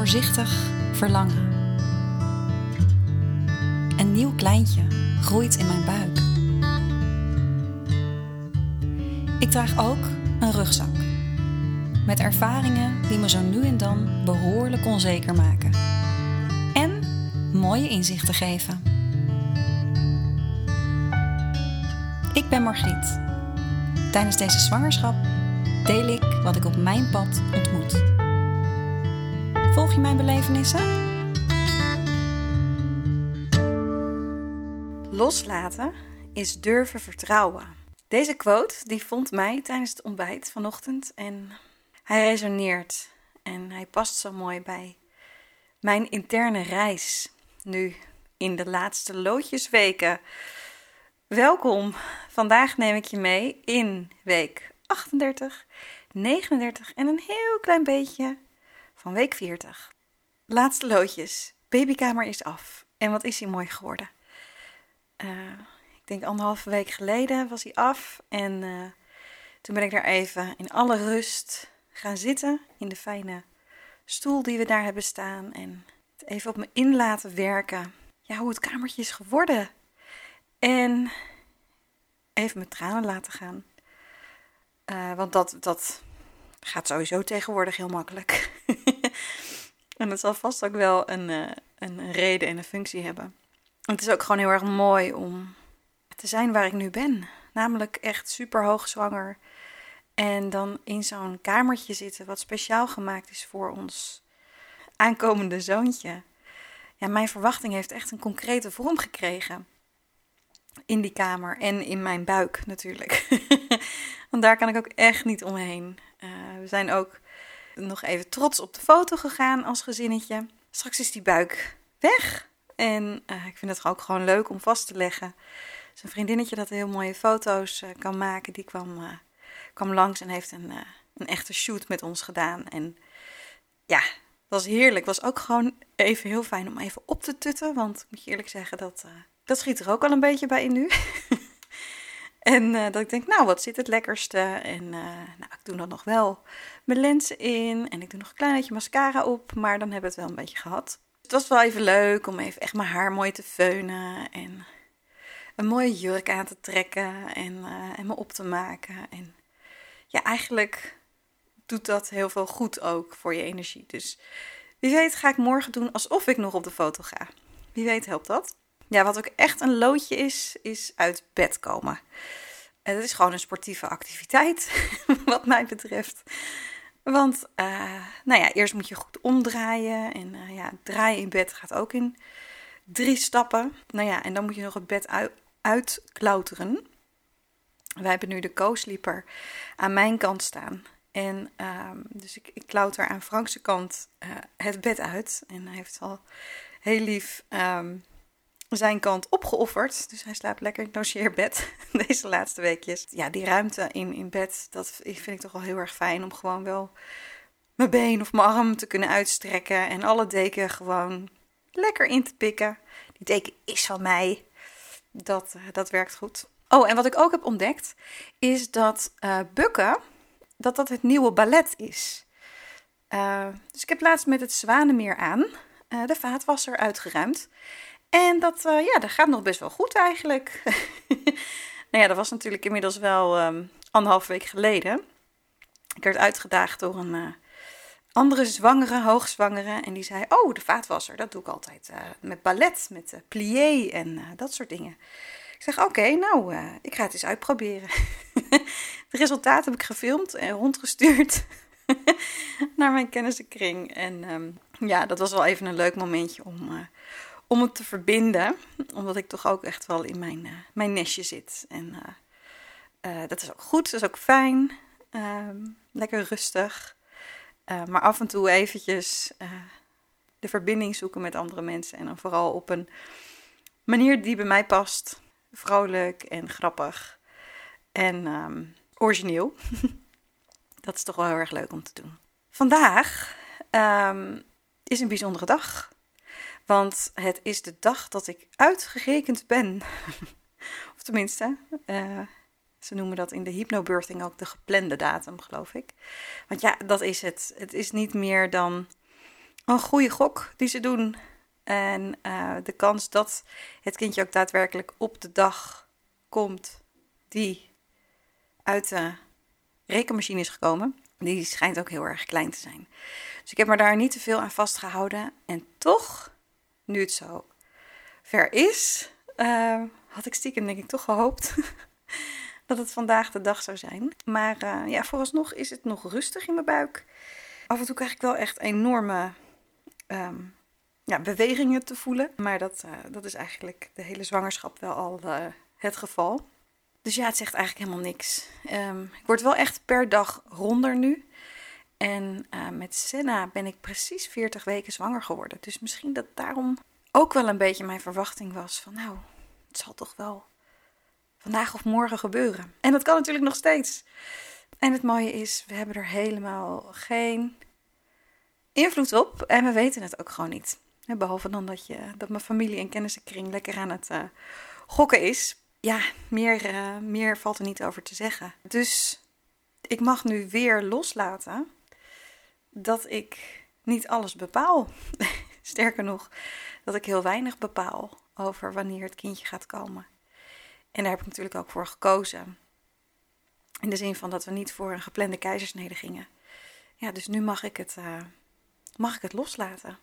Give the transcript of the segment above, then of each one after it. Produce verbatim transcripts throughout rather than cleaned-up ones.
voorzichtig verlangen. Een nieuw kleintje groeit in mijn buik. Ik draag ook een rugzak. Met ervaringen die me zo nu en dan behoorlijk onzeker maken. En mooie inzichten geven. Ik ben Margriet. Tijdens deze zwangerschap deel ik wat ik op mijn pad ontmoet. Volg je mijn belevenissen? Loslaten is durven vertrouwen. Deze quote die vond mij tijdens het ontbijt vanochtend en hij resoneert en hij past zo mooi bij mijn interne reis nu in de laatste loodjesweken. Welkom, vandaag neem ik je mee in week achtendertig, negenendertig en een heel klein beetje van week veertig. Laatste loodjes, babykamer is af en wat is hij mooi geworden. Uh, ik denk anderhalve week geleden was hij af en uh, toen ben ik daar even in alle rust gaan zitten in de fijne stoel die we daar hebben staan en het even op me in laten werken. Ja, hoe het kamertje is geworden. En even mijn tranen laten gaan. Uh, want dat, dat gaat sowieso tegenwoordig heel makkelijk. En dat zal vast ook wel een, uh, een reden en een functie hebben. En het is ook gewoon heel erg mooi om te zijn waar ik nu ben. Namelijk echt super hoogzwanger. En dan in zo'n kamertje zitten wat speciaal gemaakt is voor ons aankomende zoontje. Ja, mijn verwachting heeft echt een concrete vorm gekregen. In die kamer en in mijn buik natuurlijk. Want daar kan ik ook echt niet omheen. Uh, we zijn ook nog even trots op de foto gegaan als gezinnetje. Straks is die buik weg. En uh, ik vind het ook gewoon leuk om vast te leggen. Dus een vriendinnetje dat heel mooie foto's uh, kan maken. Die kwam, uh, kwam langs en heeft een, uh, een echte shoot met ons gedaan. En ja, het was heerlijk. Het was ook gewoon even heel fijn om even op te tutten. Want moet je eerlijk zeggen, dat, uh, dat schiet er ook al een beetje bij in nu. En uh, dat ik denk, nou, wat zit het lekkerste? En uh, nou, ik doe dan nog wel mijn lenzen in. En ik doe nog een klein beetje mascara op. Maar dan hebben we het wel een beetje gehad. Het was wel even leuk om even echt mijn haar mooi te feunen. En een mooie jurk aan te trekken. En, uh, en me op te maken. En ja, eigenlijk doet dat heel veel goed ook voor je energie. Dus wie weet ga ik morgen doen alsof ik nog op de foto ga. Wie weet helpt dat. Ja, wat ook echt een loodje is, is uit bed komen. En dat is gewoon een sportieve activiteit, wat mij betreft. Want, uh, nou ja, eerst moet je goed omdraaien. En uh, ja, draaien in bed gaat ook in drie stappen. Nou ja, en dan moet je nog het bed uit, uitklauteren. Wij hebben nu de co-sleeper aan mijn kant staan. En uh, dus ik, ik klauter aan Frank's kant uh, het bed uit. En hij heeft al heel lief Um, zijn kant opgeofferd. Dus hij slaapt lekker in het logeerbed deze laatste weekjes. Ja, die ruimte in, in bed, dat vind ik toch wel heel erg fijn om gewoon wel mijn been of mijn arm te kunnen uitstrekken en alle deken gewoon lekker in te pikken. Die deken is van mij. Dat, uh, dat werkt goed. Oh, en wat ik ook heb ontdekt, is dat uh, bukken, dat dat het nieuwe ballet is. Uh, dus ik heb laatst met het Zwanenmeer aan uh, de vaatwasser uitgeruimd. En dat, uh, ja, dat gaat nog best wel goed eigenlijk. Nou ja, dat was natuurlijk inmiddels wel um, anderhalf week geleden. Ik werd uitgedaagd door een uh, andere zwangere, hoogzwangere. En die zei, oh, de vaatwasser, dat doe ik altijd uh, met ballet, met uh, plié en uh, dat soort dingen. Ik zeg, oké, okay, nou, uh, ik ga het eens uitproberen. De resultaten heb ik gefilmd en rondgestuurd naar mijn kennissenkring. En um, ja, dat was wel even een leuk momentje om Uh, Om het te verbinden, omdat ik toch ook echt wel in mijn, uh, mijn nestje zit. En uh, uh, dat is ook goed, dat is ook fijn. Uh, lekker rustig. Uh, maar af en toe eventjes uh, de verbinding zoeken met andere mensen. En dan vooral op een manier die bij mij past. Vrolijk en grappig. En um, origineel. Dat is toch wel heel erg leuk om te doen. Vandaag um, is een bijzondere dag. Want het is de dag dat ik uitgerekend ben. Of tenminste, uh, ze noemen dat in de hypnobirthing ook de geplande datum, geloof ik. Want ja, dat is het. Het is niet meer dan een goede gok die ze doen. En uh, de kans dat het kindje ook daadwerkelijk op de dag komt die uit de rekenmachine is gekomen, die schijnt ook heel erg klein te zijn. Dus ik heb me daar niet te veel aan vastgehouden. En toch, nu het zo ver is, uh, had ik stiekem denk ik toch gehoopt dat het vandaag de dag zou zijn. Maar uh, ja, vooralsnog is het nog rustig in mijn buik. Af en toe krijg ik wel echt enorme um, ja, bewegingen te voelen. Maar dat, uh, dat is eigenlijk de hele zwangerschap wel al uh, het geval. Dus ja, het zegt eigenlijk helemaal niks. Um, ik word wel echt per dag ronder nu. En uh, met Senna ben ik precies veertig weken zwanger geworden. Dus misschien dat daarom ook wel een beetje mijn verwachting was van nou, het zal toch wel vandaag of morgen gebeuren. En dat kan natuurlijk nog steeds. En het mooie is, we hebben er helemaal geen invloed op. En we weten het ook gewoon niet. Behalve dan dat, je, dat mijn familie en kennissenkring lekker aan het uh, gokken is. Ja, meer, uh, meer valt er niet over te zeggen. Dus ik mag nu weer loslaten dat ik niet alles bepaal. Sterker nog, dat ik heel weinig bepaal over wanneer het kindje gaat komen. En daar heb ik natuurlijk ook voor gekozen. In de zin van dat we niet voor een geplande keizersnede gingen. Ja, dus nu mag ik het, uh, mag ik het loslaten.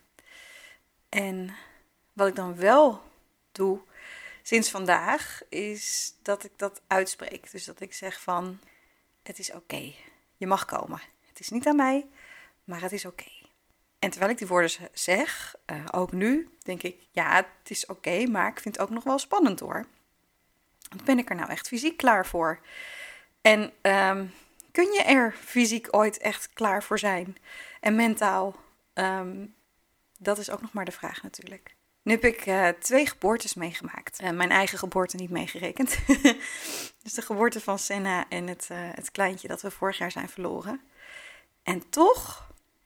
En wat ik dan wel doe sinds vandaag, is dat ik dat uitspreek. Dus dat ik zeg van, het is oké, okay. Je mag komen. Het is niet aan mij, maar het is oké. Okay. En terwijl ik die woorden zeg, uh, ook nu, denk ik, ja, het is oké, okay, maar ik vind het ook nog wel spannend hoor. Want ben ik er nou echt fysiek klaar voor? En um, kun je er fysiek ooit echt klaar voor zijn? En mentaal? Um, dat is ook nog maar de vraag natuurlijk. Nu heb ik uh, twee geboortes meegemaakt. Uh, mijn eigen geboorte niet meegerekend. Dus de geboorte van Senna en het, uh, het kleintje dat we vorig jaar zijn verloren. En toch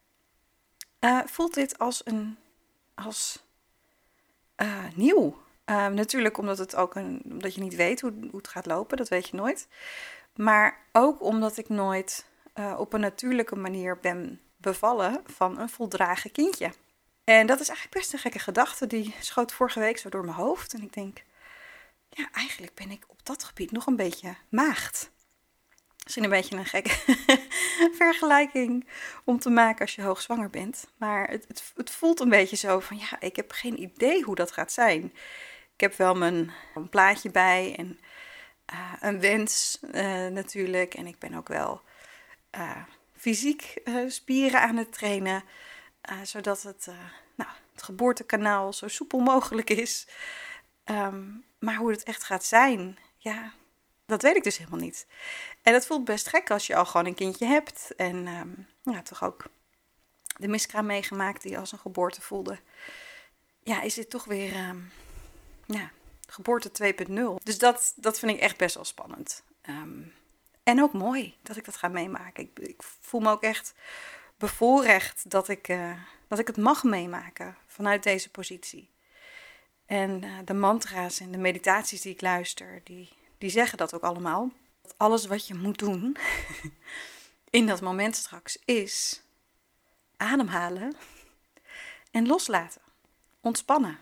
uh, voelt dit als, een, als uh, nieuw. Uh, natuurlijk omdat, het ook een, omdat je niet weet hoe, hoe het gaat lopen. Dat weet je nooit. Maar ook omdat ik nooit uh, op een natuurlijke manier ben bevallen van een voldragen kindje. En dat is eigenlijk best een gekke gedachte. Die schoot vorige week zo door mijn hoofd. En ik denk, ja, eigenlijk ben ik op dat gebied nog een beetje maagd. Misschien een beetje een gekke vergelijking om te maken als je hoogzwanger bent. Maar het, het, het voelt een beetje zo van, ja, ik heb geen idee hoe dat gaat zijn. Ik heb wel mijn een plaatje bij en uh, een wens uh, natuurlijk. En ik ben ook wel uh, fysiek uh, spieren aan het trainen. Uh, zodat het, uh, nou, het geboortekanaal zo soepel mogelijk is. Um, maar hoe het echt gaat zijn, ja, dat weet ik dus helemaal niet. En dat voelt best gek als je al gewoon een kindje hebt. En um, ja, toch ook de miskraam meegemaakt die als een geboorte voelde. Ja, is dit toch weer um, ja, geboorte twee punt nul. Dus dat, dat vind ik echt best wel spannend. Um, en ook mooi dat ik dat ga meemaken. Ik, ik voel me ook echt bevoorrecht dat ik, uh, dat ik het mag meemaken vanuit deze positie. En uh, de mantra's en de meditaties die ik luister, die, die zeggen dat ook allemaal. Dat alles wat je moet doen in dat moment straks is ademhalen en loslaten. Ontspannen.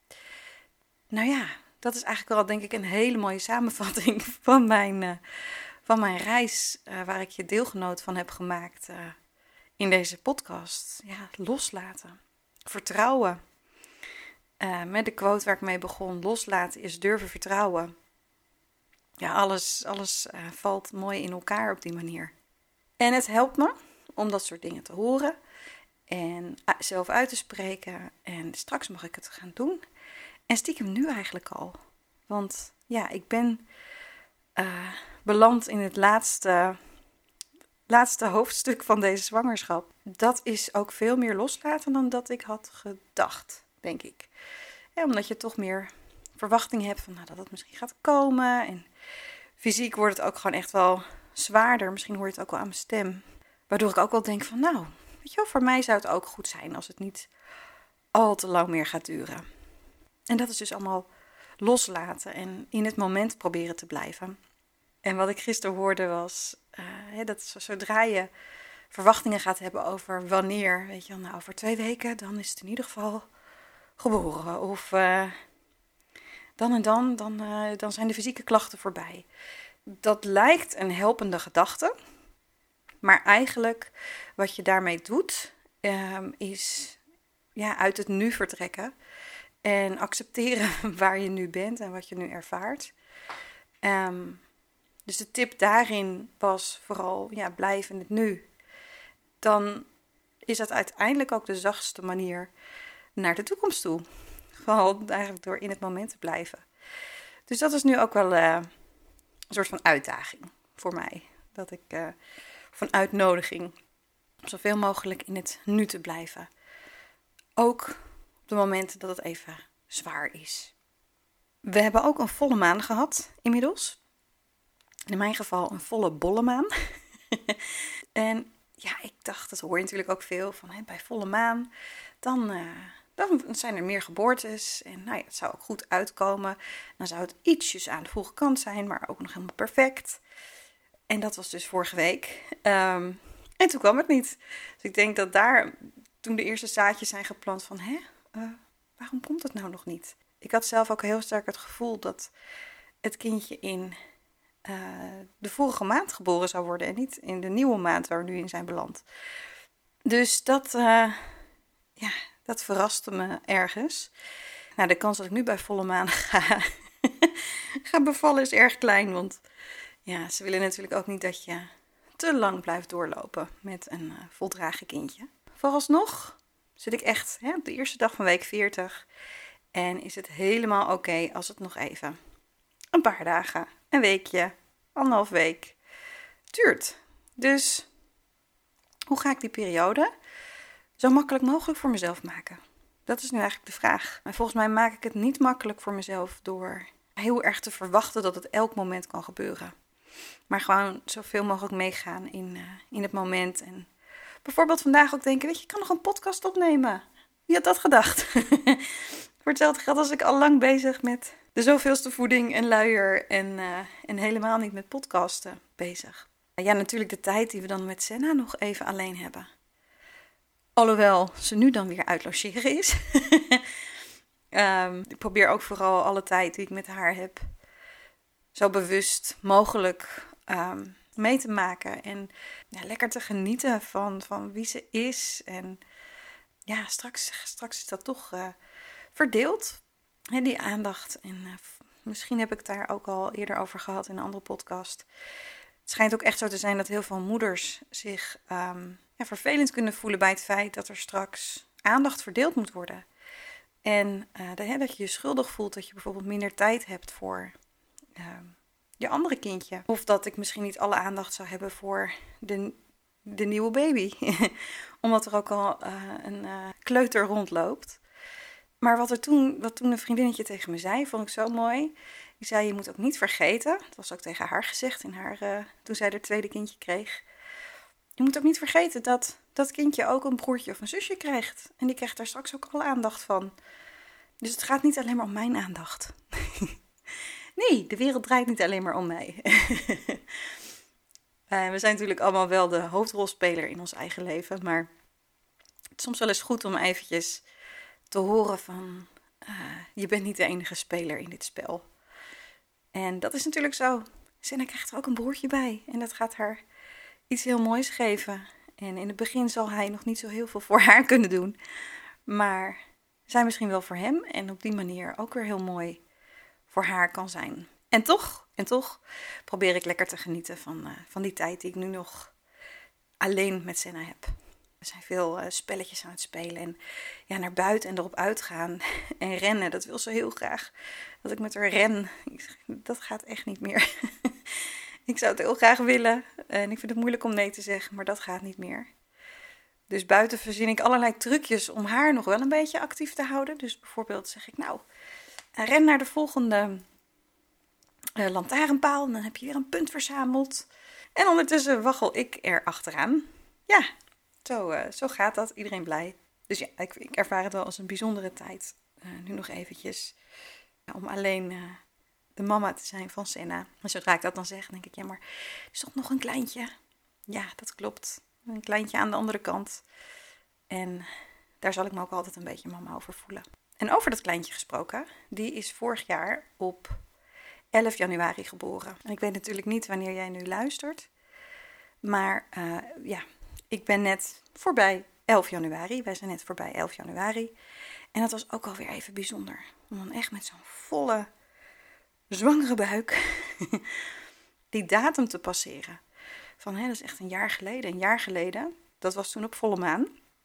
Nou ja, dat is eigenlijk wel denk ik een hele mooie samenvatting van mijn, uh, van mijn reis uh, waar ik je deelgenoot van heb gemaakt uh, in deze podcast. Ja, loslaten. Vertrouwen. Uh, met de quote waar ik mee begon. Loslaten is durven vertrouwen. Ja, alles, alles uh, valt mooi in elkaar op die manier. En het helpt me om dat soort dingen te horen. En uh, zelf uit te spreken. En straks mag ik het gaan doen. En stiekem nu eigenlijk al. Want ja, ik ben uh, beland in het laatste, laatste hoofdstuk van deze zwangerschap. Dat is ook veel meer loslaten dan dat ik had gedacht, denk ik. Ja, omdat je toch meer verwachting hebt van nou, dat het misschien gaat komen. En fysiek wordt het ook gewoon echt wel zwaarder. Misschien hoor je het ook wel aan mijn stem. Waardoor ik ook wel denk van nou, weet je wel, voor mij zou het ook goed zijn als het niet al te lang meer gaat duren. En dat is dus allemaal loslaten en in het moment proberen te blijven. En wat ik gisteren hoorde was, uh, hè, dat zodra je verwachtingen gaat hebben over wanneer. Weet je wel, nou over twee weken, dan is het in ieder geval geboren. Of uh, dan en dan, dan, uh, dan zijn de fysieke klachten voorbij. Dat lijkt een helpende gedachte. Maar eigenlijk wat je daarmee doet, um, is ja, uit het nu vertrekken. En accepteren waar je nu bent en wat je nu ervaart. Um, dus de tip daarin was vooral, ja, blijf in het nu. Dan is dat uiteindelijk ook de zachtste manier naar de toekomst toe. Gewoon eigenlijk door in het moment te blijven. Dus dat is nu ook wel uh, een soort van uitdaging voor mij. Dat ik, uh, of een uitnodiging, om zoveel mogelijk in het nu te blijven. Ook op de momenten dat het even zwaar is. We hebben ook een volle maan gehad inmiddels. In mijn geval een volle bolle maan. En ja, ik dacht, dat hoor je natuurlijk ook veel van, hè, bij volle maan, dan, uh, dan zijn er meer geboortes. En nou ja, het zou ook goed uitkomen. Dan zou het ietsjes aan de vroege kant zijn, maar ook nog helemaal perfect. En dat was dus vorige week. Um, en toen kwam het niet. Dus ik denk dat daar, toen de eerste zaadjes zijn geplant van, hè, uh, waarom komt het nou nog niet? Ik had zelf ook heel sterk het gevoel dat het kindje in uh, de vorige maand geboren zou worden en niet in de nieuwe maand waar we nu in zijn beland. Dus dat, uh, ja, dat verraste me ergens. Nou, de kans dat ik nu bij volle maan ga, ga bevallen is erg klein, want ja, ze willen natuurlijk ook niet dat je te lang blijft doorlopen met een uh, voldragen kindje. Vooralsnog zit ik echt hè, op de eerste dag van week veertig en is het helemaal oké okay als het nog even een paar dagen, een weekje, anderhalf week duurt. Dus hoe ga ik die periode zo makkelijk mogelijk voor mezelf maken? Dat is nu eigenlijk de vraag. En volgens mij maak ik het niet makkelijk voor mezelf door heel erg te verwachten dat het elk moment kan gebeuren. Maar gewoon zoveel mogelijk meegaan in, uh, in het moment. En bijvoorbeeld vandaag ook denken, weet je, ik kan nog een podcast opnemen. Wie had dat gedacht? Voor hetzelfde geld was ik al lang bezig met de zoveelste voeding en luier. En, uh, en helemaal niet met podcasten bezig. Ja, natuurlijk de tijd die we dan met Senna nog even alleen hebben. Alhoewel ze nu dan weer uit logeren is. um, ik probeer ook vooral alle tijd die ik met haar heb zo bewust mogelijk um, mee te maken. En ja, lekker te genieten van, van wie ze is. En ja, straks, straks is dat toch uh, verdeeld. Hè, die aandacht. En uh, misschien heb ik het daar ook al eerder over gehad in een andere podcast. Het schijnt ook echt zo te zijn dat heel veel moeders zich um, ja, vervelend kunnen voelen bij het feit dat er straks aandacht verdeeld moet worden. En uh, de, hè, dat je je schuldig voelt dat je bijvoorbeeld minder tijd hebt voor uh, je andere kindje. Of dat ik misschien niet alle aandacht zou hebben voor de, de nieuwe baby. Omdat er ook al uh, een uh, kleuter rondloopt. Maar wat er toen, wat toen een vriendinnetje tegen me zei, vond ik zo mooi. Die zei, je moet ook niet vergeten, dat was ook tegen haar gezegd in haar, uh, toen zij haar tweede kindje kreeg. Je moet ook niet vergeten dat dat kindje ook een broertje of een zusje krijgt. En die krijgt daar straks ook alle aandacht van. Dus het gaat niet alleen maar om mijn aandacht. Nee, de wereld draait niet alleen maar om mij. uh, we zijn natuurlijk allemaal wel de hoofdrolspeler in ons eigen leven. Maar het is soms wel eens goed om eventjes te horen van, uh, je bent niet de enige speler in dit spel. En dat is natuurlijk zo. Senna krijgt er ook een broertje bij. En dat gaat haar iets heel moois geven. En in het begin zal hij nog niet zo heel veel voor haar kunnen doen. Maar zij misschien wel voor hem. En op die manier ook weer heel mooi voor haar kan zijn. En toch, en toch probeer ik lekker te genieten van, uh, van die tijd die ik nu nog alleen met Senna heb. Er zijn veel uh, spelletjes aan het spelen. En ja, naar buiten en erop uitgaan en rennen. Dat wil ze heel graag. Dat ik met haar ren. Dat gaat echt niet meer. Ik zou het heel graag willen. En ik vind het moeilijk om nee te zeggen. Maar dat gaat niet meer. Dus buiten verzin ik allerlei trucjes om haar nog wel een beetje actief te houden. Dus bijvoorbeeld zeg ik nou, ren naar de volgende uh, lantaarnpaal. En dan heb je weer een punt verzameld. En ondertussen waggel ik er achteraan. Ja, zo, uh, zo gaat dat. Iedereen blij. Dus ja, ik, ik ervaar het wel als een bijzondere tijd. Uh, nu nog eventjes. Uh, om alleen uh, de mama te zijn van Senna. En zodra ik dat dan zeg, denk ik, ja, maar er is toch nog een kleintje? Ja, dat klopt. Een kleintje aan de andere kant. En daar zal ik me ook altijd een beetje mama over voelen. En over dat kleintje gesproken, die is vorig jaar op elf januari geboren. En ik weet natuurlijk niet wanneer jij nu luistert. Maar uh, ja, ik ben net voorbij elf januari. Wij zijn net voorbij elf januari. En dat was ook alweer even bijzonder. Om dan echt met zo'n volle, zwangere buik die datum te passeren. Van, hè, dat is echt een jaar geleden. Een jaar geleden, dat was toen op volle maan.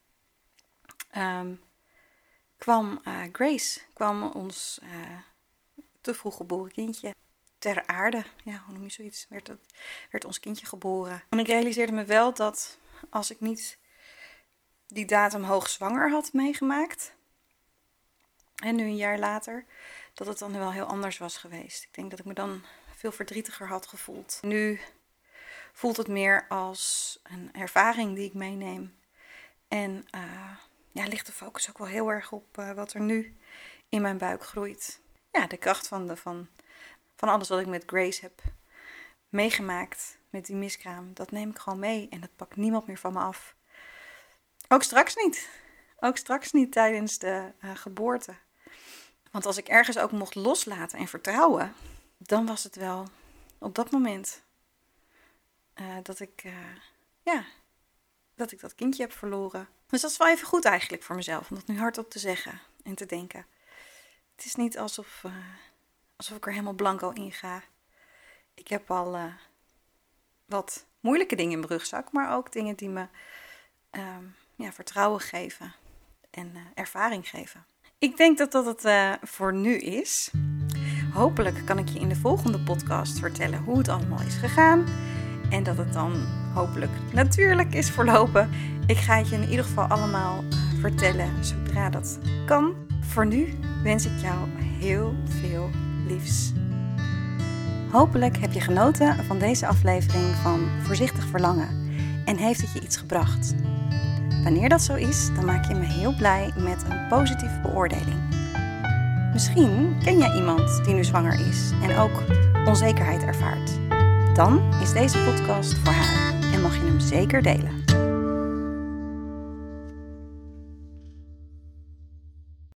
Um, kwam uh, Grace, kwam ons uh, te vroeg geboren kindje ter aarde. Ja, hoe noem je zoiets? Werd, het, werd ons kindje geboren. En ik realiseerde me wel dat als ik niet die datum hoogzwanger had meegemaakt, en nu een jaar later, dat het dan wel heel anders was geweest. Ik denk dat ik me dan veel verdrietiger had gevoeld. Nu voelt het meer als een ervaring die ik meeneem. En uh, ja, ligt de focus ook wel heel erg op uh, wat er nu in mijn buik groeit. Ja, de kracht van, de, van, van alles wat ik met Grace heb meegemaakt, met die miskraam, dat neem ik gewoon mee. En dat pakt niemand meer van me af. Ook straks niet. Ook straks niet tijdens de uh, geboorte. Want als ik ergens ook mocht loslaten en vertrouwen, dan was het wel op dat moment uh, dat ik, uh, ja, dat ik dat kindje heb verloren. Dus dat is wel even goed eigenlijk voor mezelf, om dat nu hardop te zeggen en te denken. Het is niet alsof, uh, alsof ik er helemaal blanco in ga. Ik heb al uh, wat moeilijke dingen in mijn rugzak, maar ook dingen die me uh, ja, vertrouwen geven en uh, ervaring geven. Ik denk dat dat het uh, voor nu is. Hopelijk kan ik je in de volgende podcast vertellen hoe het allemaal is gegaan. En dat het dan hopelijk natuurlijk is verlopen. Ik ga het je in ieder geval allemaal uh, vertellen zodra dat kan. Voor nu wens ik jou heel veel liefs. Hopelijk heb je genoten van deze aflevering van Voorzichtig Verlangen. En heeft het je iets gebracht. Wanneer dat zo is, dan maak je me heel blij met een positieve beoordeling. Misschien ken jij iemand die nu zwanger is en ook onzekerheid ervaart. Dan is deze podcast voor haar en mag je hem zeker delen.